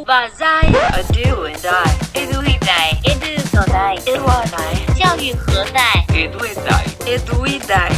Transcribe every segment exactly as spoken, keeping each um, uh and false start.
吧在 Edu and I Edu e Dai Edu 所在 Edu and I 教育何在 Edu e Dai Edu e Dai.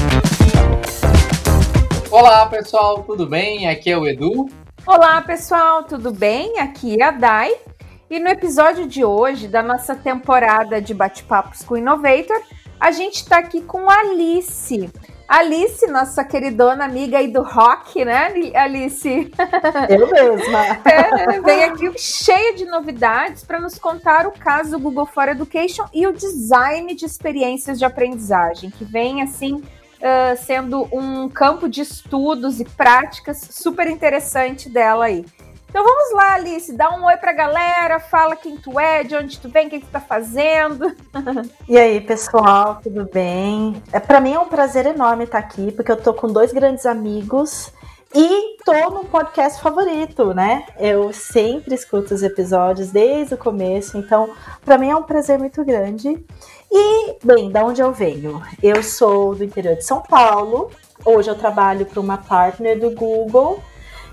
Olá pessoal, tudo bem? Aqui é o Edu. Olá pessoal, tudo bem? Aqui é a Dai. E no episódio de hoje da nossa temporada de bate-papos com o Innovator, a gente está aqui com a Alice. Alice, nossa queridona amiga aí do rock, né, Alice? Eu mesma. É, vem aqui cheia de novidades para nos contar o caso do Google for Education e o design de experiências de aprendizagem, que vem, assim, uh, sendo um campo de estudos e práticas super interessante dela aí. Então vamos lá, Alice, dá um oi pra galera, fala quem tu é, de onde tu vem, o que tu tá fazendo. E aí, pessoal, tudo bem? É, pra mim é um prazer enorme estar aqui, porque eu tô com dois grandes amigos e tô no podcast favorito, né? Eu sempre escuto os episódios desde o começo, então pra mim é um prazer muito grande. E, bem, da onde eu venho? Eu sou do interior de São Paulo, hoje eu trabalho para uma partner do Google.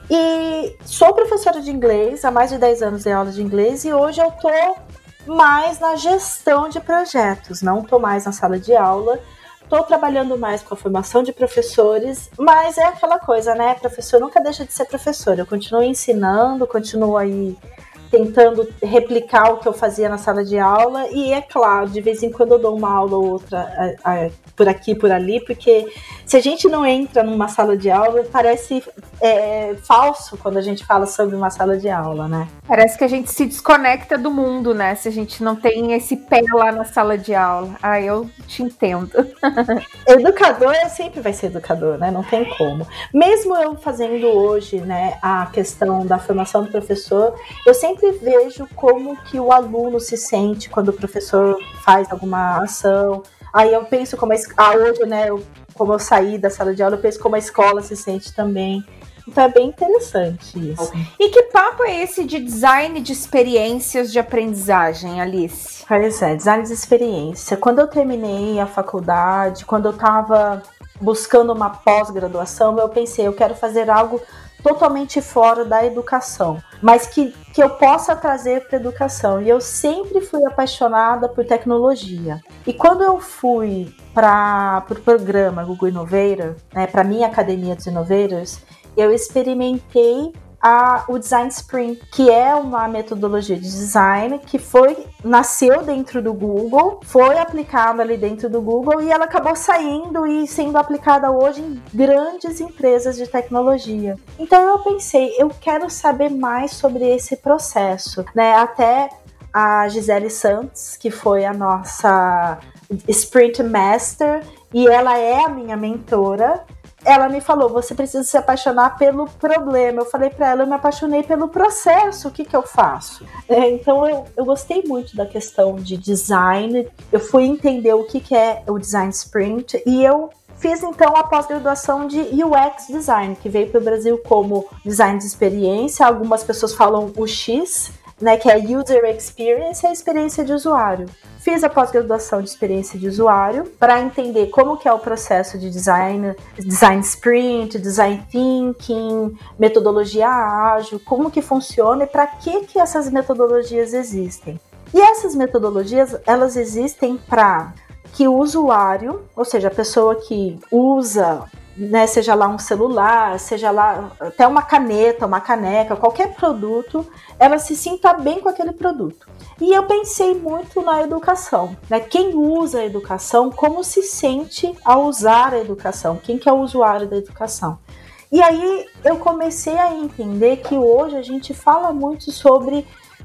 E sou professora de inglês, há mais de dez anos dei aula de inglês e hoje eu tô mais na gestão de projetos, não tô mais na sala de aula, tô trabalhando mais com a formação de professores, mas é aquela coisa, né, professor nunca deixa de ser professor, eu continuo ensinando, continuo aí tentando replicar o que eu fazia na sala de aula e é claro, de vez em quando eu dou uma aula ou outra a, a, por aqui, por ali, porque se a gente não entra numa sala de aula, parece é, falso quando a gente fala sobre uma sala de aula, né? Parece que a gente se desconecta do mundo, né? Se a gente não tem esse pé lá na sala de aula. Ah, eu te entendo. Educador sempre vai ser educador, né? Não tem como. Mesmo eu fazendo hoje, né, a questão da formação do professor, eu sempre vejo como que o aluno se sente quando o professor faz alguma ação. Aí eu penso como a, ah, hoje, né, eu, como eu saí da sala de aula, eu penso como a escola se sente também. Então é bem interessante isso. E que papo é esse de design de experiências de aprendizagem, Alice? Pois é, design de experiência. Quando eu terminei a faculdade, quando eu estava buscando uma pós-graduação, eu pensei, eu quero fazer algo totalmente fora da educação, mas que, que eu possa trazer para a educação. E eu sempre fui apaixonada por tecnologia. E quando eu fui para o pro programa Google Innovator, né, para a minha Academia dos Innovators, eu experimentei a, o Design Sprint, que é uma metodologia de design que foi, nasceu dentro do Google, foi aplicada ali dentro do Google e ela acabou saindo e sendo aplicada hoje em grandes empresas de tecnologia. Então eu pensei, eu quero saber mais sobre esse processo, né? Até a Gisele Santos, que foi a nossa Sprint Master, e ela é a minha mentora. Ela me falou, você precisa se apaixonar pelo problema. Eu falei para ela, eu me apaixonei pelo processo, o que que eu faço? É, então eu, eu gostei muito da questão de design, eu fui entender o que que é o Design Sprint e eu fiz então a pós-graduação de U X Design, que veio para o Brasil como Design de Experiência, algumas pessoas falam o X, né, que é User Experience, a experiência de usuário. Fiz a pós-graduação de experiência de usuário para entender como que é o processo de design, design sprint, design thinking, metodologia ágil, como que funciona e para que que essas metodologias existem. E essas metodologias, elas existem para que o usuário, ou seja, a pessoa que usa, né, seja lá um celular, seja lá até uma caneta, uma caneca, qualquer produto, ela se sinta bem com aquele produto. E eu pensei muito na educação, né? Quem usa a educação, como se sente ao usar a educação, quem que é o usuário da educação. E aí eu comecei a entender que hoje a gente fala muito sobre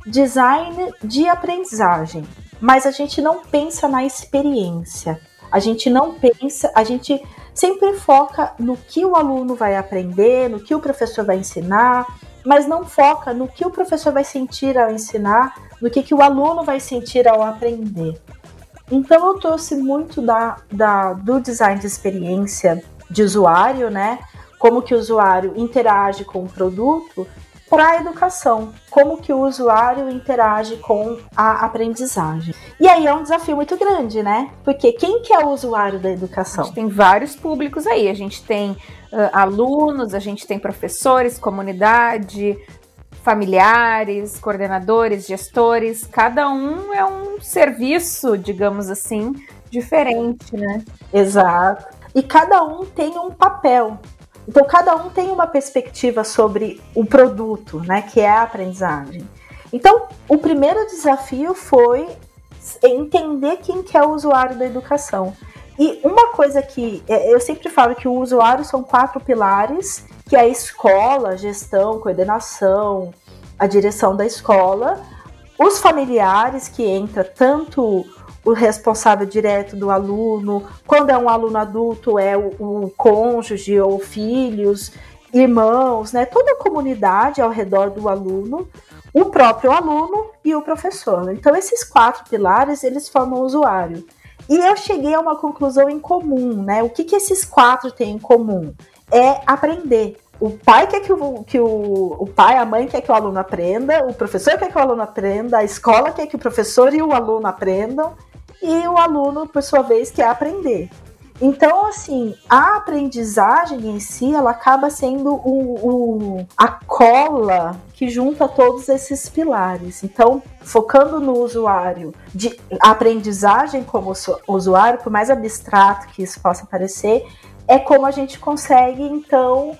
design de aprendizagem, mas a gente não pensa na experiência, a gente não pensa, a gente sempre foca no que o aluno vai aprender, no que o professor vai ensinar, mas não foca no que o professor vai sentir ao ensinar, no que, que o aluno vai sentir ao aprender. Então eu trouxe muito da, da, do design de experiência de usuário, né? Como que o usuário interage com o produto para a educação, como que o usuário interage com a aprendizagem. E aí é um desafio muito grande, né? Porque quem que é o usuário da educação? A gente tem vários públicos aí, a gente tem uh, alunos, a gente tem professores, comunidade, familiares, coordenadores, gestores, cada um é um serviço, digamos assim, diferente, né? Exato. E cada um tem um papel. Então, cada um tem uma perspectiva sobre o produto, né, que é a aprendizagem. Então, o primeiro desafio foi entender quem que é o usuário da educação. E uma coisa que eu sempre falo que o usuário são quatro pilares, que é a escola, a gestão, coordenação, a direção da escola, os familiares, que entra tanto o responsável direto do aluno, quando é um aluno adulto é o, o cônjuge ou filhos, irmãos, né? Toda a comunidade ao redor do aluno, o próprio aluno e o professor. Então esses quatro pilares, eles formam o usuário. E eu cheguei a uma conclusão em comum, né? O que, que esses quatro têm em comum? É aprender. O pai quer que, o, que o, o pai, a mãe quer que o aluno aprenda, o professor quer que o aluno aprenda, a escola quer que o professor e o aluno aprendam, e o aluno, por sua vez, quer aprender. Então, assim, a aprendizagem em si, ela acaba sendo o, o, a cola que junta todos esses pilares. Então, focando no usuário, de aprendizagem como usuário, por mais abstrato que isso possa parecer, é como a gente consegue, então,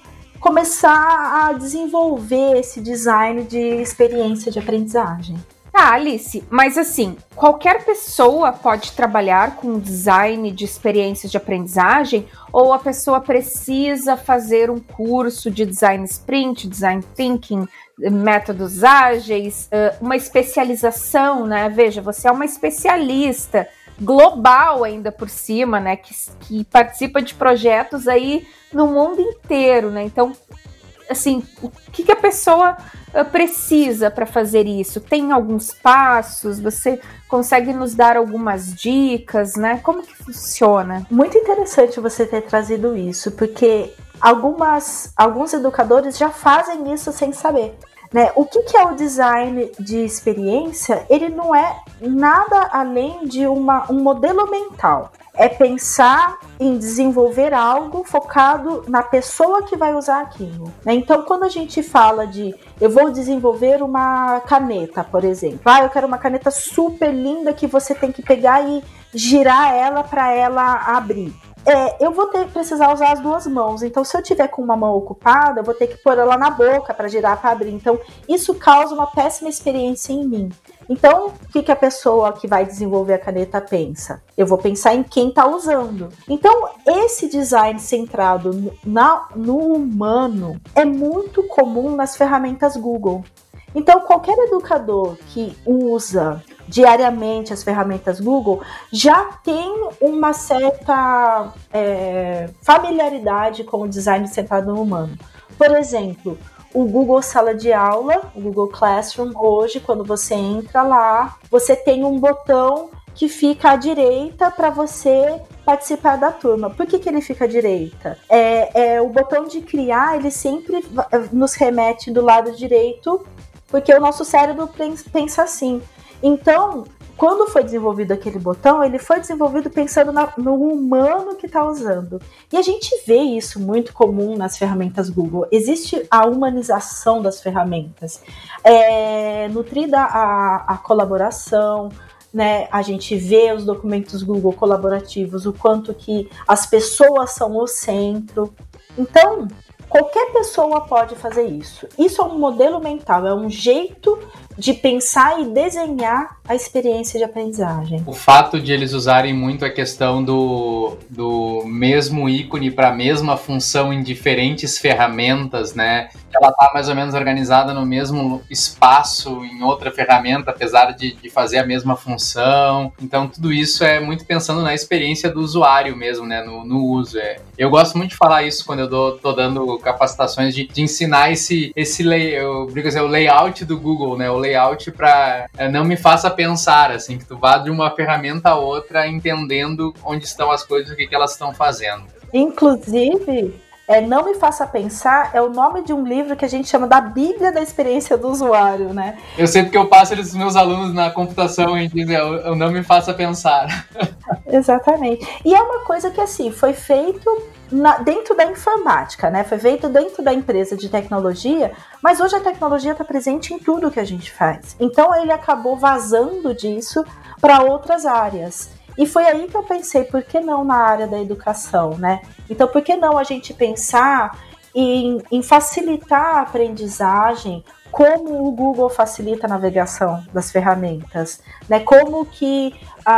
começar a desenvolver esse design de experiência de aprendizagem. Ah, Alice, mas assim, qualquer pessoa pode trabalhar com design de experiências de aprendizagem ou a pessoa precisa fazer um curso de design sprint, design thinking, métodos ágeis, uma especialização, né? Veja, você é uma especialista global ainda por cima, né? Que, que participa de projetos aí no mundo inteiro, né? Então, assim, o que, que a pessoa precisa para fazer isso? Tem alguns passos? Você consegue nos dar algumas dicas, né? Como que funciona? Muito interessante você ter trazido isso, porque algumas, alguns educadores já fazem isso sem saber, né? O que, que é o design de experiência? Ele não é nada além de uma, um modelo mental. É pensar em desenvolver algo focado na pessoa que vai usar aquilo, né? Então, quando a gente fala de eu vou desenvolver uma caneta, por exemplo, ah, eu quero uma caneta super linda que você tem que pegar e girar ela para ela abrir. É, eu vou ter que precisar usar as duas mãos. Então, se eu tiver com uma mão ocupada, eu vou ter que pôr ela na boca para girar, para abrir. Então, isso causa uma péssima experiência em mim. Então, o que, que a pessoa que vai desenvolver a caneta pensa? Eu vou pensar em quem está usando. Então, esse design centrado na, no humano é muito comum nas ferramentas Google. Então, qualquer educador que usa diariamente as ferramentas Google já tem uma certa é, familiaridade com o design centrado no humano. Por exemplo, o Google Sala de Aula, o Google Classroom, hoje, quando você entra lá, você tem um botão que fica à direita para você participar da turma. Por que, que ele fica à direita? É, é, o botão de criar, ele sempre nos remete do lado direito, porque o nosso cérebro pensa assim. Então, quando foi desenvolvido aquele botão, ele foi desenvolvido pensando na, no humano que está usando. E a gente vê isso muito comum nas ferramentas Google. Existe a humanização das ferramentas. É, nutrida a, a colaboração, né? A gente vê os documentos Google colaborativos, o quanto que as pessoas são o centro. Então, qualquer pessoa pode fazer isso. Isso é um modelo mental, é um jeito de pensar e desenhar a experiência de aprendizagem. O fato de eles usarem muito a questão do, do mesmo ícone para a mesma função em diferentes ferramentas, né? Ela está mais ou menos organizada no mesmo espaço em outra ferramenta, apesar de, de fazer a mesma função. Então, tudo isso é muito pensando na experiência do usuário mesmo, né? No, no uso. É. Eu gosto muito de falar isso quando eu estou dando capacitações de, de ensinar esse, esse lay, eu brigo assim, o layout do Google, né? O layout para é, não me faça pensar, assim, que tu vá de uma ferramenta a outra entendendo onde estão as coisas e o que, que elas estão fazendo. Inclusive, é, Não Me Faça Pensar é o nome de um livro que a gente chama da Bíblia da Experiência do Usuário, né? Eu sei porque eu passo eles meus alunos na computação e dizem, eu, eu não me faça pensar. Exatamente. E é uma coisa que, assim, foi feito na, dentro da informática, né? Foi feito dentro da empresa de tecnologia, mas hoje a tecnologia está presente em tudo que a gente faz. Então, ele acabou vazando disso para outras áreas. E foi aí que eu pensei, por que não na área da educação, né? Então, por que não a gente pensar em, em facilitar a aprendizagem, como o Google facilita a navegação das ferramentas, né? Como que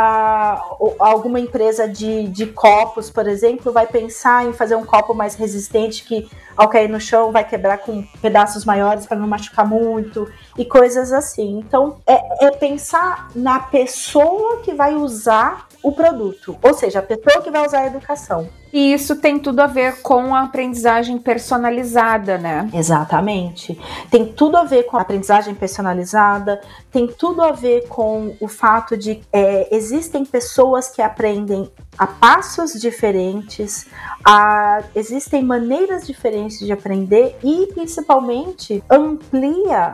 a, alguma empresa de, de copos, por exemplo, vai pensar em fazer um copo mais resistente que, ao cair no chão, vai quebrar com pedaços maiores para não machucar muito e coisas assim. Então, é, é pensar na pessoa que vai usar o produto, ou seja, a pessoa que vai usar a educação. E isso tem tudo a ver com a aprendizagem personalizada, né? Exatamente. Tem tudo a ver com a aprendizagem personalizada, tem tudo a ver com o fato de é, existem pessoas que aprendem a passos diferentes, a, existem maneiras diferentes de aprender e, principalmente, amplia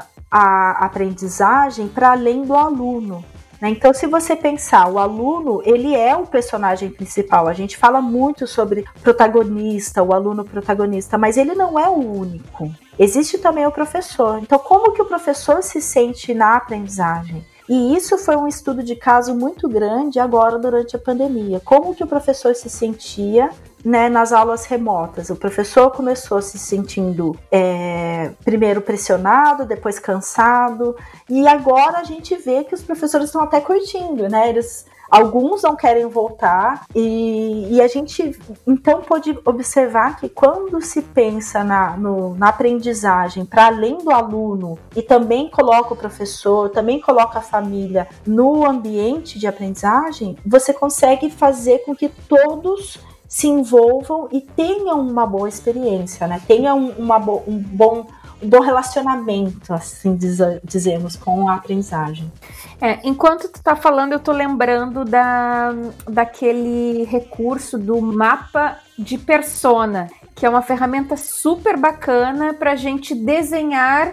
a aprendizagem para além do aluno. Então, se você pensar, o aluno, ele é o personagem principal. A gente fala muito sobre protagonista, o aluno protagonista, mas ele não é o único. Existe também o professor. Então, como que o professor se sente na aprendizagem? E isso foi um estudo de caso muito grande agora durante a pandemia. Como que o professor se sentia, né, nas aulas remotas? O professor começou se sentindo é, primeiro pressionado, depois cansado, e agora a gente vê que os professores estão até curtindo, né? Eles, alguns não querem voltar, e, e a gente então pode observar que quando se pensa na, no, na aprendizagem para além do aluno e também coloca o professor, também coloca a família no ambiente de aprendizagem, você consegue fazer com que todos se envolvam e tenham uma boa experiência, né? Tenham uma bo- um, bom, um bom relacionamento, assim diz, dizemos, com a aprendizagem. É, enquanto tu tá falando, eu tô lembrando da, daquele recurso do mapa de persona, que é uma ferramenta super bacana para a gente desenhar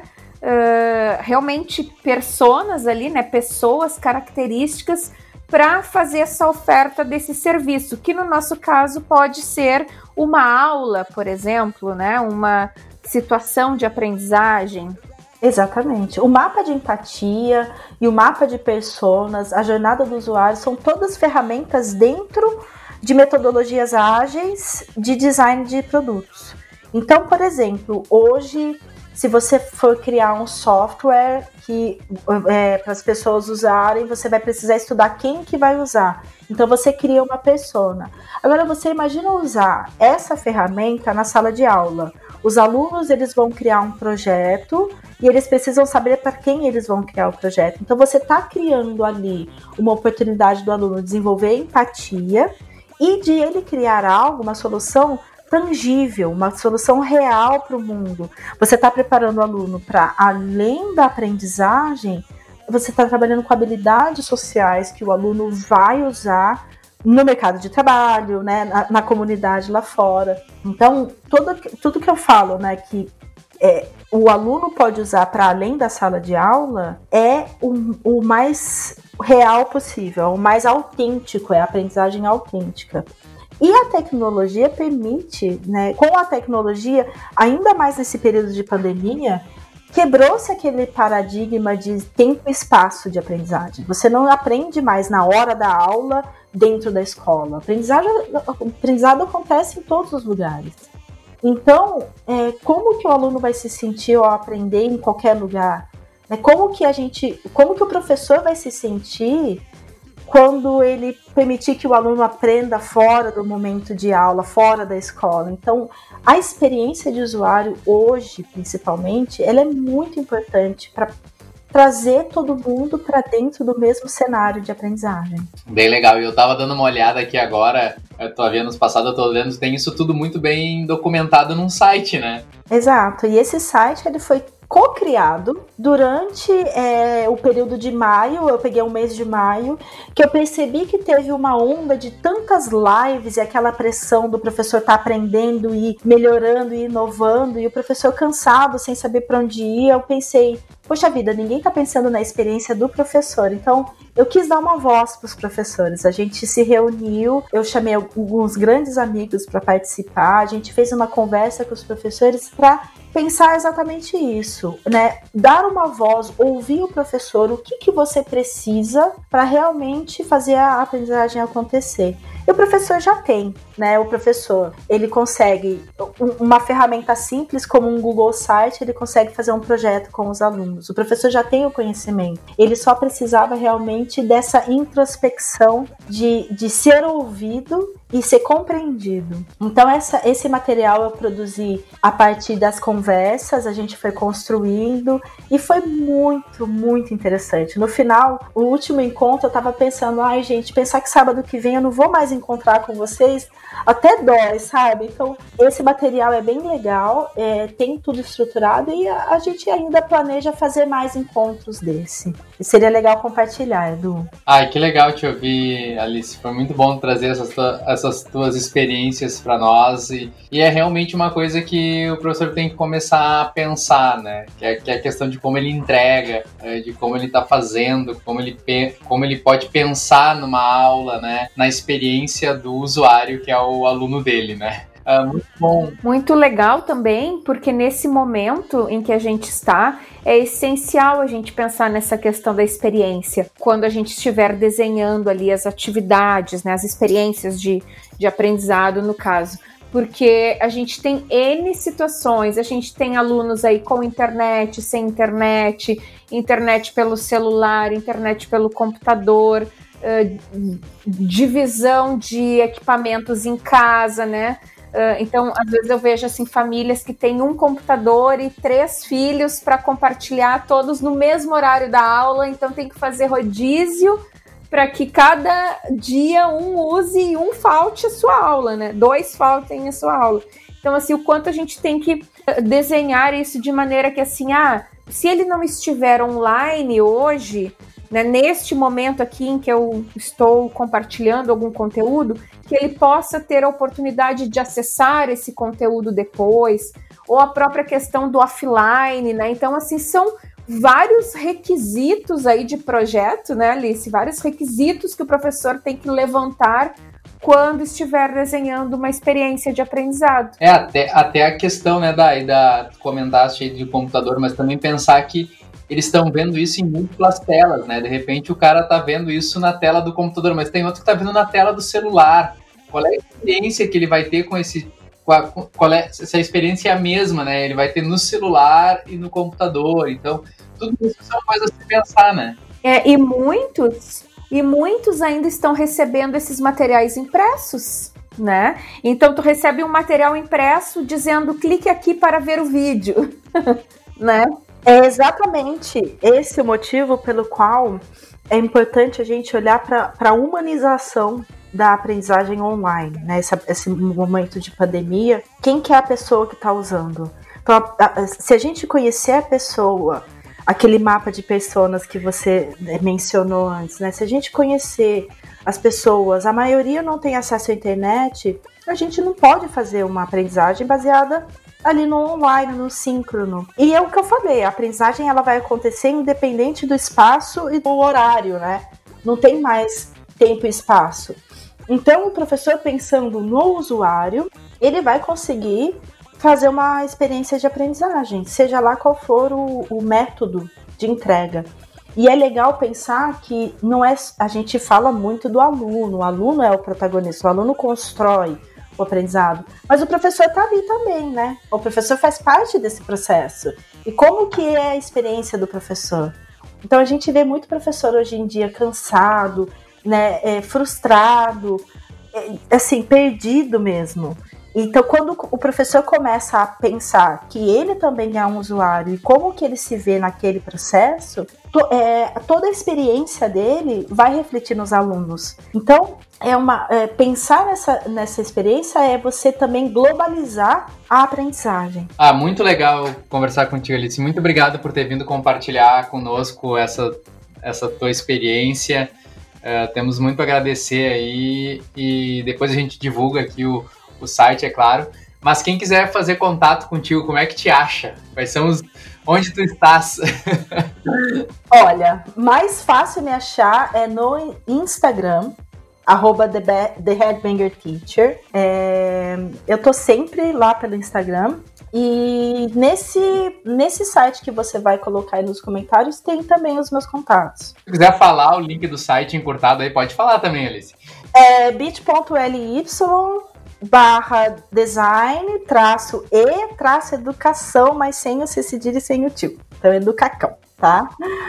uh, realmente personas ali, né? Pessoas, características, para fazer essa oferta desse serviço, que no nosso caso pode ser uma aula, por exemplo, né? Uma situação de aprendizagem. Exatamente. O mapa de empatia e o mapa de personas, a jornada do usuário, são todas ferramentas dentro de metodologias ágeis de design de produtos. Então, por exemplo, hoje, se você for criar um software que é, para as pessoas usarem, você vai precisar estudar quem que vai usar. Então você cria uma persona. Agora você imagina usar essa ferramenta na sala de aula. Os alunos, eles vão criar um projeto e eles precisam saber para quem eles vão criar o projeto. Então você está criando ali uma oportunidade do aluno desenvolver empatia e de ele criar algo, uma solução tangível, uma solução real para o mundo. Você está preparando o aluno para, além da aprendizagem, você está trabalhando com habilidades sociais que o aluno vai usar no mercado de trabalho, né, na, na comunidade lá fora. Então, todo, tudo que eu falo, né, que é, o aluno pode usar para além da sala de aula é o, o mais real possível, o mais autêntico, é a aprendizagem autêntica. E a tecnologia permite, né, com a tecnologia, ainda mais nesse período de pandemia, quebrou-se aquele paradigma de tempo e espaço de aprendizagem. Você não aprende mais na hora da aula dentro da escola. O aprendizado, o aprendizado acontece em todos os lugares. Então, é, como que o aluno vai se sentir ao aprender em qualquer lugar? É, como que a gente, como que o professor vai se sentir quando ele permitir que o aluno aprenda fora do momento de aula, fora da escola? Então, a experiência de usuário hoje, principalmente, ela é muito importante para trazer todo mundo para dentro do mesmo cenário de aprendizagem. Bem legal. E eu estava dando uma olhada aqui agora, eu tô vendo nos passados, eu tô vendo, tem isso tudo muito bem documentado num site, né? Exato. E esse site, ele foi co-criado durante é, o período de maio, eu peguei um mês de maio, que eu percebi que teve uma onda de tantas lives e aquela pressão do professor estar tá aprendendo e melhorando e inovando, e o professor cansado, sem saber para onde ir. Eu pensei, poxa vida, ninguém está pensando na experiência do professor. Então, eu quis dar uma voz para os professores. A gente se reuniu, eu chamei alguns grandes amigos para participar, a gente fez uma conversa com os professores para pensar exatamente isso, né? Dar uma voz, ouvir o professor, o que, que você precisa para realmente fazer a aprendizagem acontecer. E o professor já tem, né? O professor, ele consegue, uma ferramenta simples como um Google Site, ele consegue fazer um projeto com os alunos. O professor já tem o conhecimento. Ele só precisava realmente dessa introspecção de, de ser ouvido e ser compreendido. Então essa, esse material eu produzi a partir das conversas, a gente foi construindo e foi muito, muito interessante. No final, o último encontro, eu tava pensando, ai gente, pensar que sábado que vem eu não vou mais encontrar com vocês, até dói, sabe? Então esse material é bem legal, é, tem tudo estruturado e a, a gente ainda planeja fazer mais encontros desse. E seria legal compartilhar, Edu. Ai, que legal te ouvir, Alice. Foi muito bom trazer essas, essas tuas experiências para nós. E, e é realmente uma coisa que o professor tem que começar a pensar, né? Que é, que é a questão de como ele entrega, de como ele está fazendo, como ele, como ele pode pensar numa aula, né? Na experiência do usuário, que é o aluno dele, né? É muito bom. Muito legal também, porque nesse momento em que a gente está, é essencial a gente pensar nessa questão da experiência. Quando a gente estiver desenhando ali as atividades, né, as experiências de, de aprendizado, no caso. Porque a gente tem N situações, a gente tem alunos aí com internet, sem internet, internet pelo celular, internet pelo computador, uh, divisão de equipamentos em casa, né? Uh, então, às vezes eu vejo assim, famílias que têm um computador e três filhos para compartilhar todos no mesmo horário da aula, então tem que fazer rodízio para que cada dia um use e um falte a sua aula, né? Dois faltem a sua aula. Então, assim, o quanto a gente tem que desenhar isso de maneira que, assim, ah, se ele não estiver online hoje, né, neste momento aqui em que eu estou compartilhando algum conteúdo, que ele possa ter a oportunidade de acessar esse conteúdo depois, ou a própria questão do offline, né? Então, assim, são vários requisitos aí de projeto, né, Alice? Vários requisitos que o professor tem que levantar quando estiver desenhando uma experiência de aprendizado. É, até, até a questão, né, da, da comentaste aí de computador, mas também pensar que eles estão vendo isso em múltiplas telas, né? De repente o cara tá vendo isso na tela do computador, mas tem outro que tá vendo na tela do celular. Qual é a experiência que ele vai ter com esse... Qual é, se a experiência é a mesma, né? Ele vai ter no celular e no computador. Então, tudo isso são coisas a se pensar, né? É, e muitos, e muitos ainda estão recebendo esses materiais impressos, né? Então, tu recebe um material impresso dizendo, clique aqui para ver o vídeo, né? É exatamente esse o motivo pelo qual é importante a gente olhar para a humanização da aprendizagem online, né? Esse, esse momento de pandemia, quem que é a pessoa que está usando? Então, a, a, se a gente conhecer a pessoa, aquele mapa de personas que você mencionou antes, né? Se a gente conhecer as pessoas, a maioria não tem acesso à internet, a gente não pode fazer uma aprendizagem baseada ali no online, no síncrono. E é o que eu falei, a aprendizagem ela vai acontecer independente do espaço e do horário, né? Não tem mais tempo e espaço. Então, o professor pensando no usuário, ele vai conseguir fazer uma experiência de aprendizagem, seja lá qual for o, o método de entrega. E é legal pensar que não é, a gente fala muito do aluno, o aluno é o protagonista, o aluno constrói o aprendizado, mas o professor está ali também, né? O professor faz parte desse processo. E como que é a experiência do professor? Então a gente vê muito professor hoje em dia cansado, né, é, frustrado, é, assim, perdido mesmo. Então quando o professor começa a pensar que ele também é um usuário e como que ele se vê naquele processo, to, é, toda a experiência dele vai refletir nos alunos. Então é uma, é, pensar nessa, nessa experiência é você também globalizar a aprendizagem. Ah, muito legal conversar contigo, Alice. Muito obrigado por ter vindo compartilhar conosco essa, essa tua experiência. Uh, temos muito a agradecer aí e depois a gente divulga aqui o, o site, é claro. Mas quem quiser fazer contato contigo, como é que te acha? Quais são os... Onde tu estás? Olha, mais fácil me achar é no Instagram, arroba The, The Headbanger Teacher. É, eu tô sempre lá pelo Instagram. E nesse, nesse site que você vai colocar aí nos comentários, tem também os meus contatos. Se quiser falar o link do site encurtado aí, pode falar também, Alice. É bit.ly barra design, traço e, traço educação, mas sem o C cedilha e sem o tio. Então, educacão, tá?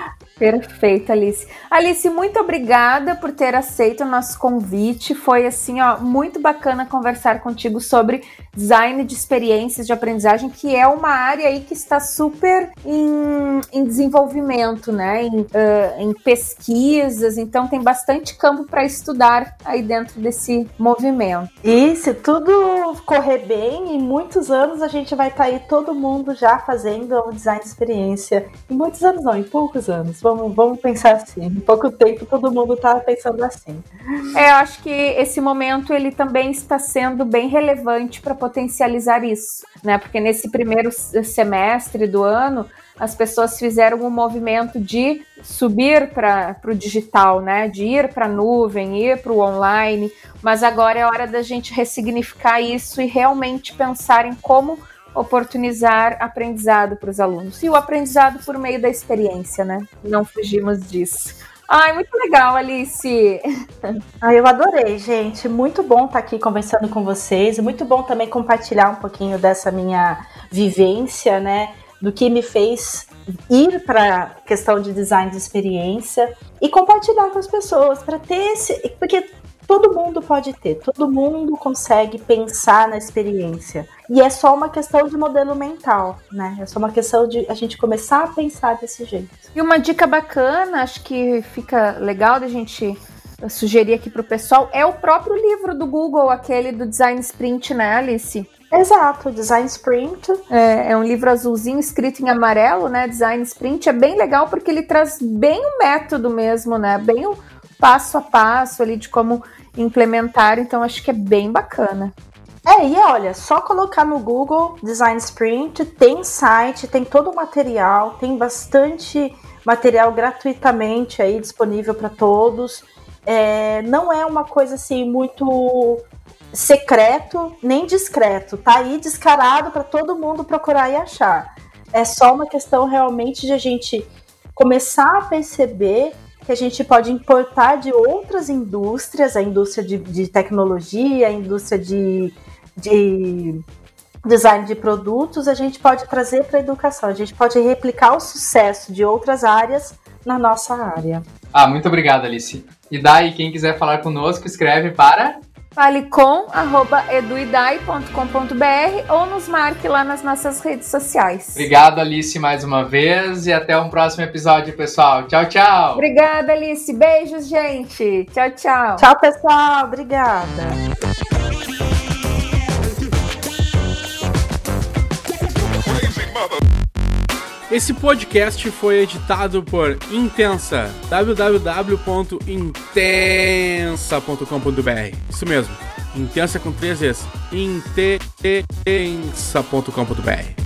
Perfeito, Alice. Alice, muito obrigada por ter aceito o nosso convite. Foi, assim, ó, muito bacana conversar contigo sobre design de experiências de aprendizagem, que é uma área aí que está super em, em desenvolvimento, né? Em, uh, em pesquisas, então tem bastante campo para estudar aí dentro desse movimento. E se tudo correr bem, em muitos anos a gente vai estar aí todo mundo já fazendo o design de experiência. Em muitos anos não, em poucos anos. Vamos, vamos pensar assim. Em pouco tempo todo mundo está pensando assim. É, eu acho que esse momento ele também está sendo bem relevante para potencializar isso, né? Porque nesse primeiro semestre do ano as pessoas fizeram um movimento de subir para o digital, né? De ir para a nuvem, ir para o online, mas agora é hora da gente ressignificar isso e realmente pensar em como oportunizar aprendizado para os alunos. E o aprendizado por meio da experiência, né? Não fugimos disso. Ai, muito legal, Alice! Ah, eu adorei, gente. Muito bom estar aqui conversando com vocês. Muito bom também compartilhar um pouquinho dessa minha vivência, né? Do que me fez ir para a questão de design de experiência e compartilhar com as pessoas para ter esse... Porque todo mundo pode ter, todo mundo consegue pensar na experiência. E é só uma questão de modelo mental, né? É só uma questão de a gente começar a pensar desse jeito. E uma dica bacana, acho que fica legal da gente sugerir aqui para o pessoal, é o próprio livro do Google, aquele do Design Sprint, né, Alice? Exato, Design Sprint. É, é um livro azulzinho escrito em amarelo, né? Design Sprint é bem legal porque ele traz bem o método mesmo, né? Bem o passo a passo ali de como implementar, então acho que é bem bacana. É, e olha, só colocar no Google Design Sprint, tem site, tem todo o material, tem bastante material gratuitamente aí disponível para todos. É, não é uma coisa assim muito secreto, nem discreto, tá aí descarado para todo mundo procurar e achar. É só uma questão realmente de a gente começar a perceber que a gente pode importar de outras indústrias, a indústria de, de tecnologia, a indústria de, de design de produtos, a gente pode trazer para a educação, a gente pode replicar o sucesso de outras áreas na nossa área. Ah, muito obrigado, Alice. E daí, quem quiser falar conosco, escreve para falecom arroba eduidai ponto com ponto b r ou nos marque lá nas nossas redes sociais. Obrigado, Alice, mais uma vez e até um próximo episódio, pessoal. Tchau, tchau. Obrigada, Alice. Beijos, gente. Tchau, tchau. Tchau, pessoal. Obrigada. Esse podcast foi editado por Intensa, w w w ponto intensa ponto com ponto b r. Isso mesmo, Intensa com três vezes, intensa ponto com ponto b r.